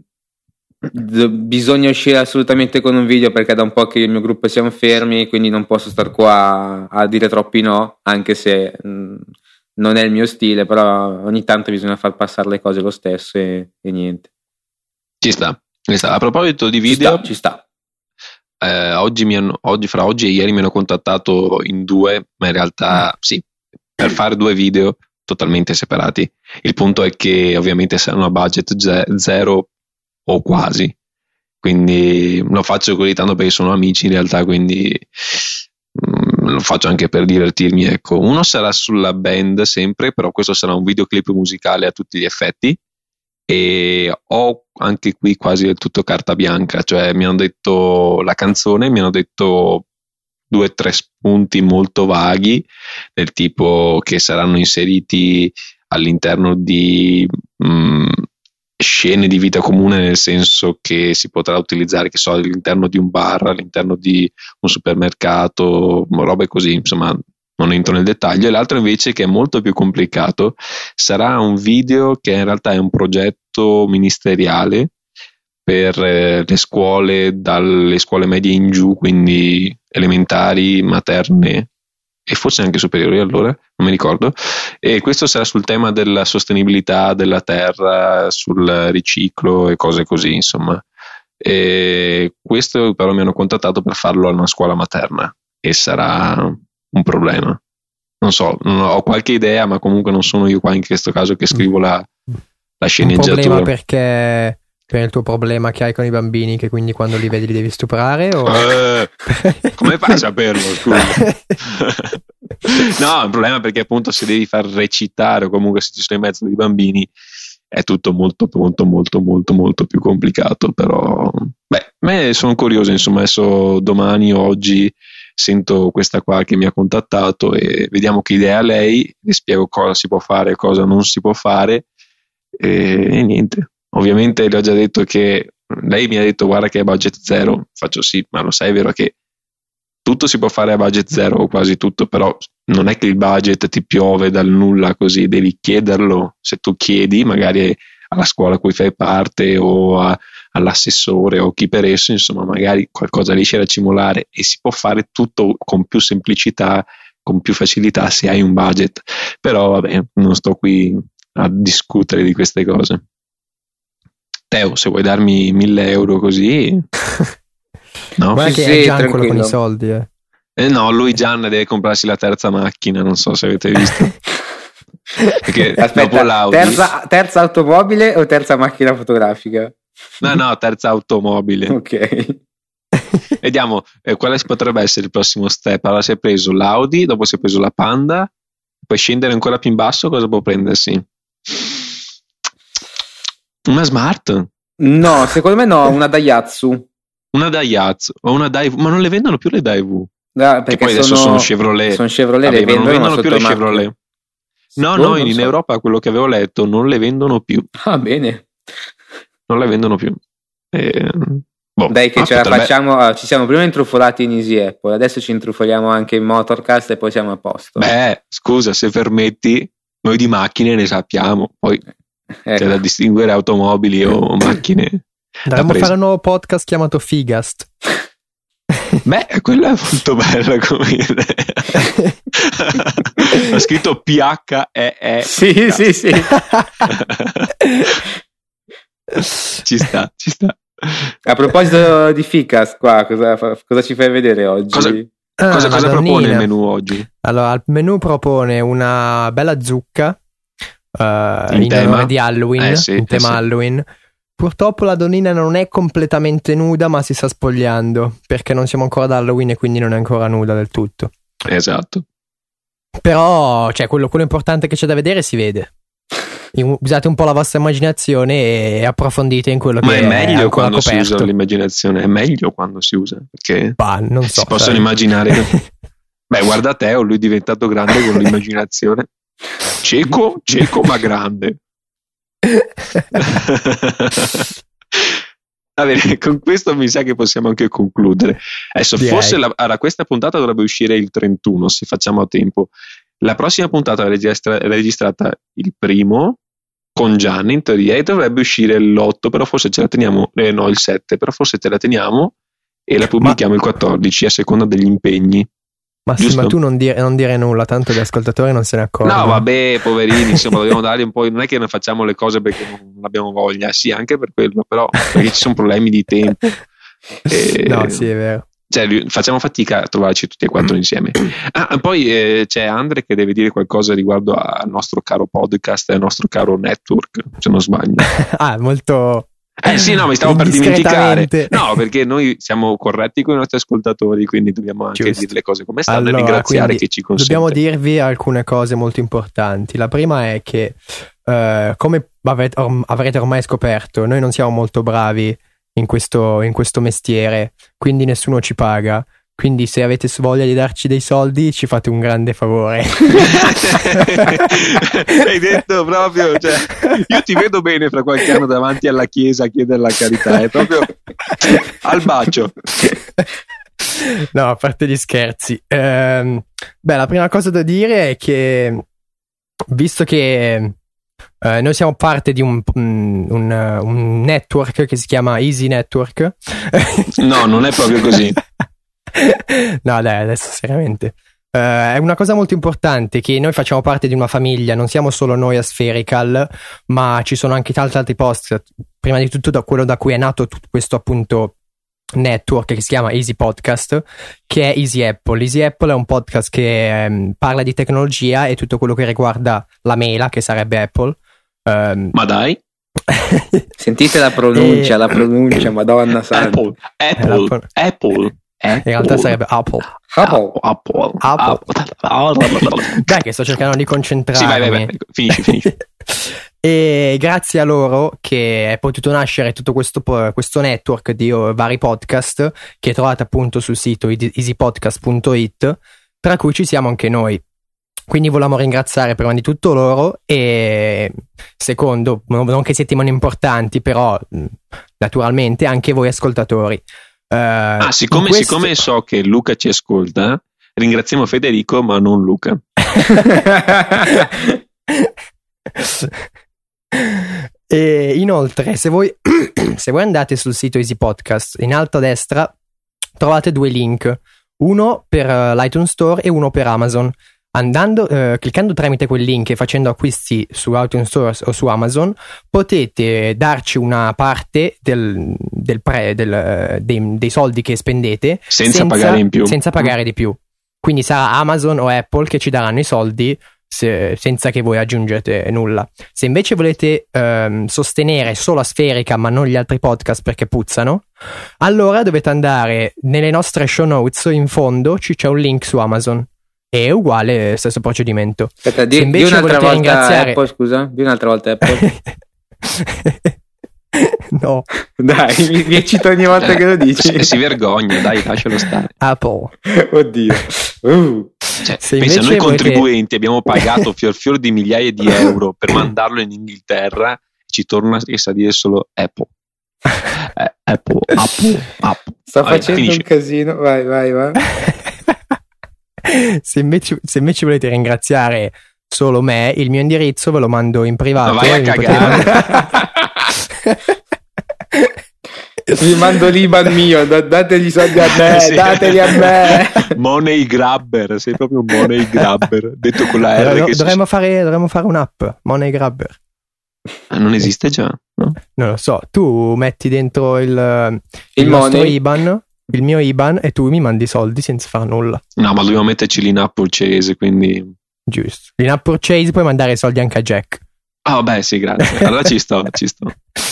C: d- bisogna uscire assolutamente con un video, perché da un po' che io e il mio gruppo siamo fermi, quindi non posso star qua a, a dire troppi no, anche se mh, non è il mio stile, però ogni tanto bisogna far passare le cose lo stesso e, e niente.
B: Ci sta, ci sta. A proposito di video,
C: ci sta, ci sta.
B: Eh, oggi, mi hanno, oggi fra oggi e ieri mi hanno contattato in due, ma in realtà sì, per fare due video totalmente separati. Il punto è che ovviamente saranno a budget ze- zero o quasi, quindi lo faccio così tanto perché sono amici in realtà, quindi mm, lo faccio anche per divertirmi, ecco. Uno sarà sulla band sempre, però questo sarà un videoclip musicale a tutti gli effetti, e ho anche qui quasi del tutto carta bianca, cioè mi hanno detto la canzone, mi hanno detto due o tre spunti molto vaghi, del tipo che saranno inseriti all'interno di mh, scene di vita comune, nel senso che si potrà utilizzare, che so, all'interno di un bar, all'interno di un supermercato, robe così, insomma non entro nel dettaglio. E l'altro invece, che è molto più complicato, sarà un video che in realtà è un progetto ministeriale per eh, le scuole, dalle scuole medie in giù, quindi elementari, materne e forse anche superiori, allora non mi ricordo, e questo sarà sul tema della sostenibilità della terra, sul riciclo e cose così, insomma. E questo però mi hanno contattato per farlo a una scuola materna e sarà un problema, non so, non ho qualche idea, ma comunque non sono io qua in questo caso che scrivo la, la sceneggiatura.
A: Un problema perché per il tuo problema che hai con i bambini, che quindi quando li vedi li devi stuprare? O...
B: Eh, come fai a saperlo? Scusa. No, è un problema perché appunto se devi far recitare o comunque se ci sono in mezzo dei bambini è tutto molto molto molto molto molto più complicato. Però beh, me sono curioso, insomma, adesso domani o oggi sento questa qua che mi ha contattato e vediamo che idea ha lei, le spiego cosa si può fare e cosa non si può fare e, e niente. Ovviamente le ho già detto che lei mi ha detto guarda che è budget zero, faccio sì, ma lo sai, è vero che tutto si può fare a budget zero o quasi tutto, però non è che il budget ti piove dal nulla così, devi chiederlo. Se tu chiedi magari alla scuola a cui fai parte o a, all'assessore o chi per esso, insomma magari qualcosa riesce a cimolare e si può fare tutto con più semplicità, con più facilità se hai un budget. Però vabbè, non sto qui a discutere di queste cose. Teo, se vuoi darmi mille euro così... No,
A: guarda che
C: sì,
A: è Gian quello
C: tranquillo.
A: con i soldi, eh.
B: Eh no, lui Gian deve comprarsi la terza macchina, non so se avete visto. Perché
C: Aspetta,
B: dopo l'Audi...
C: terza, terza automobile o terza macchina fotografica?
B: No, no, terza automobile.
C: Ok.
B: Vediamo, eh, quale potrebbe essere il prossimo step? Allora si è preso l'Audi, dopo si è preso la Panda, poi scendere ancora più in basso, cosa può prendersi? Una Smart?
C: No, secondo me no, una Daihatsu.
B: Una Daihatsu o una Daewoo, ma non le vendono più le Daewoo.
C: No,
B: Che
C: perché
B: poi adesso sono Chevrolet.
C: Sono Chevrolet,
B: Vabbè,
C: le
B: ma non
C: vendono,
B: vendono più le
C: sotto marca.
B: Chevrolet. No,
C: Boh,
B: no, in,
C: non
B: in
C: so.
B: Europa quello che avevo letto non le vendono più.
C: Ah, bene.
B: Non le vendono più. Eh, boh,
C: Dai che
B: ma
C: ce la
B: potrebbe-
C: facciamo, ah, ci siamo prima intrufolati in Easy Apple, adesso ci intrufoliamo anche in Motorcast e poi siamo a posto.
B: Beh, scusa, se permetti, noi di macchine ne sappiamo, poi
C: Ecco.
B: c'è da distinguere automobili o macchine.
A: Dovremmo
B: da presa.
A: fare un nuovo podcast chiamato Figast.
B: Beh, quella è molto bella come idea. Ho scritto P H E E.
C: Sì, sì, sì.
B: Ci sta, ci sta.
C: A proposito di Ficas, qua cosa, fa- cosa ci fai vedere oggi?
B: Cosa-
A: Ah,
B: Cosa, cosa
A: Madonnina.
B: propone il menù oggi?
A: Allora, il menù propone una bella zucca eh,
B: In
A: in,
B: tema?
A: onore di Halloween,
B: Eh sì,
A: in
B: eh
A: tema
B: sì.
A: Halloween. Purtroppo la donnina non è completamente nuda, ma si sta spogliando perché non siamo ancora ad Halloween e quindi non è ancora nuda del tutto.
B: Esatto.
A: Però, cioè, quello, quello importante che c'è da vedere si vede. In- Usate un po' la vostra immaginazione e approfondite in quello
B: Ma
A: che
B: è
A: è
B: meglio
A: ancora
B: quando si
A: coperto.
B: usa l'immaginazione, è meglio quando si usa, perché
A: Bah, non so.
B: si possono
A: sai.
B: immaginare. Beh, guarda Teo, lui è diventato grande con l'immaginazione. Cieco, cieco ma grande. Va bene, con questo mi sa che possiamo anche concludere. Adesso,
A: Direi.
B: forse la, allora, questa puntata dovrebbe uscire il trentuno, se facciamo a tempo. La prossima puntata è registra- è registrata il primo con Gianni, in teoria, e dovrebbe uscire l'otto, però forse ce la teniamo, eh, no, il sette, però forse te la teniamo e la pubblichiamo il quattordici a seconda degli impegni.
A: Ma sì,
B: Giusto?
A: ma tu non dire, non dire nulla, tanto gli ascoltatori non se ne accorgono.
B: No, vabbè, poverini, insomma, dobbiamo dargli un po'. Non è che non facciamo le cose perché non abbiamo voglia, sì, anche per quello, però perché ci sono problemi di tempo. E,
A: No, sì, è vero.
B: cioè, facciamo fatica a trovarci tutti e quattro insieme. Ah, poi eh, c'è Andre che deve dire qualcosa riguardo al nostro caro podcast e al nostro caro network, se non sbaglio.
A: Ah, molto.
B: Eh sì, no, mi stavo per dimenticare.
A: Indiscretamente.
B: No, perché noi siamo corretti con i nostri ascoltatori, quindi dobbiamo anche
A: Giusto.
B: dire le cose come stanno
A: Allora,
B: e ringraziare
A: quindi
B: chi ci consente.
A: Dobbiamo dirvi alcune cose molto importanti. La prima è che, eh, come avete, orm- avrete ormai scoperto, noi non siamo molto bravi in questo, in questo mestiere, quindi nessuno ci paga. Quindi se avete voglia di darci dei soldi ci fate un grande favore.
B: Hai detto proprio, cioè, io ti vedo bene fra qualche anno davanti alla chiesa a chiedere la carità, è proprio al bacio.
A: No, a parte gli scherzi. Ehm, beh, la prima cosa da dire è che, visto che eh, noi siamo parte di un, un, un, un network che si chiama Easy Network.
B: No, non è proprio così.
A: No, dai, adesso seriamente. Uh, è una cosa molto importante che noi facciamo parte di una famiglia, non siamo solo noi a Spherical, ma ci sono anche tanti altri post. Prima di tutto da quello da cui è nato tutto questo appunto network che si chiama Easy Podcast, che è Easy Apple. Easy Apple è un podcast che um, parla di tecnologia e tutto quello che riguarda la mela, che sarebbe Apple. Um,
B: Ma dai,
C: Sentite la pronuncia, e... la pronuncia, Madonna santa.
B: Apple, Apple, Apple, Apple.
A: In realtà sarebbe Apple.
C: Apple.
B: Apple.
A: Apple.
B: Apple.
A: Dai che sto cercando di concentrarmi.
B: Sì, vai, vai, vai. Finisci, finisci.
A: E grazie a loro che è potuto nascere tutto questo, questo network di vari podcast che trovate appunto sul sito easy podcast punto it, tra cui ci siamo anche noi. Quindi volevamo ringraziare prima di tutto loro e secondo, non che siete mani importanti, però naturalmente anche voi ascoltatori. Uh,
B: ah, siccome, questo... siccome so che Luca ci ascolta, ringraziamo Federico ma non Luca.
A: E inoltre se voi se voi andate sul sito Easy Podcast, in alto a destra trovate due link, uno per uh, l'iTunes Store e uno per Amazon. Andando, uh, cliccando tramite quel link e facendo acquisti su iTunes Store o su Amazon potete darci una parte del, del pre, del, dei, dei soldi che spendete
B: senza, senza pagare in più,
A: senza pagare mm. di più. Quindi sarà Amazon o Apple che ci daranno i soldi se, senza che voi aggiungete nulla. Se invece volete um, sostenere solo Asferica ma non gli altri podcast perché puzzano, allora dovete andare nelle nostre show notes, in fondo ci c'è un link su Amazon. È uguale, stesso procedimento.
C: Aspetta, di,
A: se invece
C: di un'altra volta
A: ringraziare...
C: Apple, scusa, di un'altra volta Apple.
A: No.
C: Dai, mi, mi eccito ogni volta che lo dici.
B: Si, si vergogna, dai, lascialo stare.
A: Apple.
C: Oddio. Uh.
B: Cioè, pensa, noi contribuenti volete... abbiamo pagato fior fior di migliaia di euro per mandarlo in Inghilterra e ci torna che sa dire solo Apple. Eh, Apple, Apple, Apple.
C: Sta vai, facendo finisci. Un casino, vai, vai, vai.
A: Se invece, se invece volete ringraziare solo me, il mio indirizzo ve lo mando in privato.
B: Ma vai a cagare.
C: Vi mando l'Iban mio, dategli soldi a me, sì. Dateli a me.
B: Money grabber, sei proprio un money grabber, detto con la R.
A: Dovremmo,
B: che
A: dovremmo, fare, dovremmo fare un'app, Money Grabber.
B: Ah, non esiste già? No?
A: Non lo so, tu metti dentro il, il,
C: il
A: nostro IBAN, il mio IBAN, e tu mi mandi i soldi senza fare nulla.
B: No, ma dobbiamo metterci l'in-app purchase, quindi...
A: Giusto. L'in-app purchase puoi mandare i soldi anche a Jack.
B: Ah, oh, beh, sì, grazie. Allora ci sto, ci sto.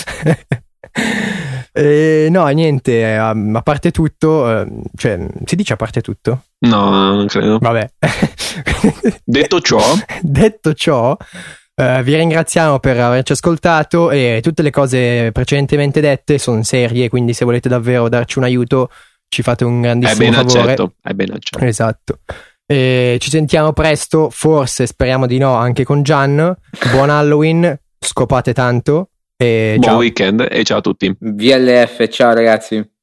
A: Eh, no, niente, a, a parte tutto, eh, cioè, si dice a parte tutto?
B: No, non credo.
A: Vabbè.
B: Detto ciò,
A: detto ciò, eh, vi ringraziamo per averci ascoltato e tutte le cose precedentemente dette sono serie, quindi se volete davvero darci un aiuto ci fate un grandissimo
B: è ben
A: favore.
B: Accetto, è ben accetto.
A: Esatto. E ci sentiamo presto, forse, speriamo di no, anche con Gian. Buon Halloween, scopate tanto. E
B: buon
A: ciao.
B: weekend e ciao a tutti.
C: V L F, ciao ragazzi.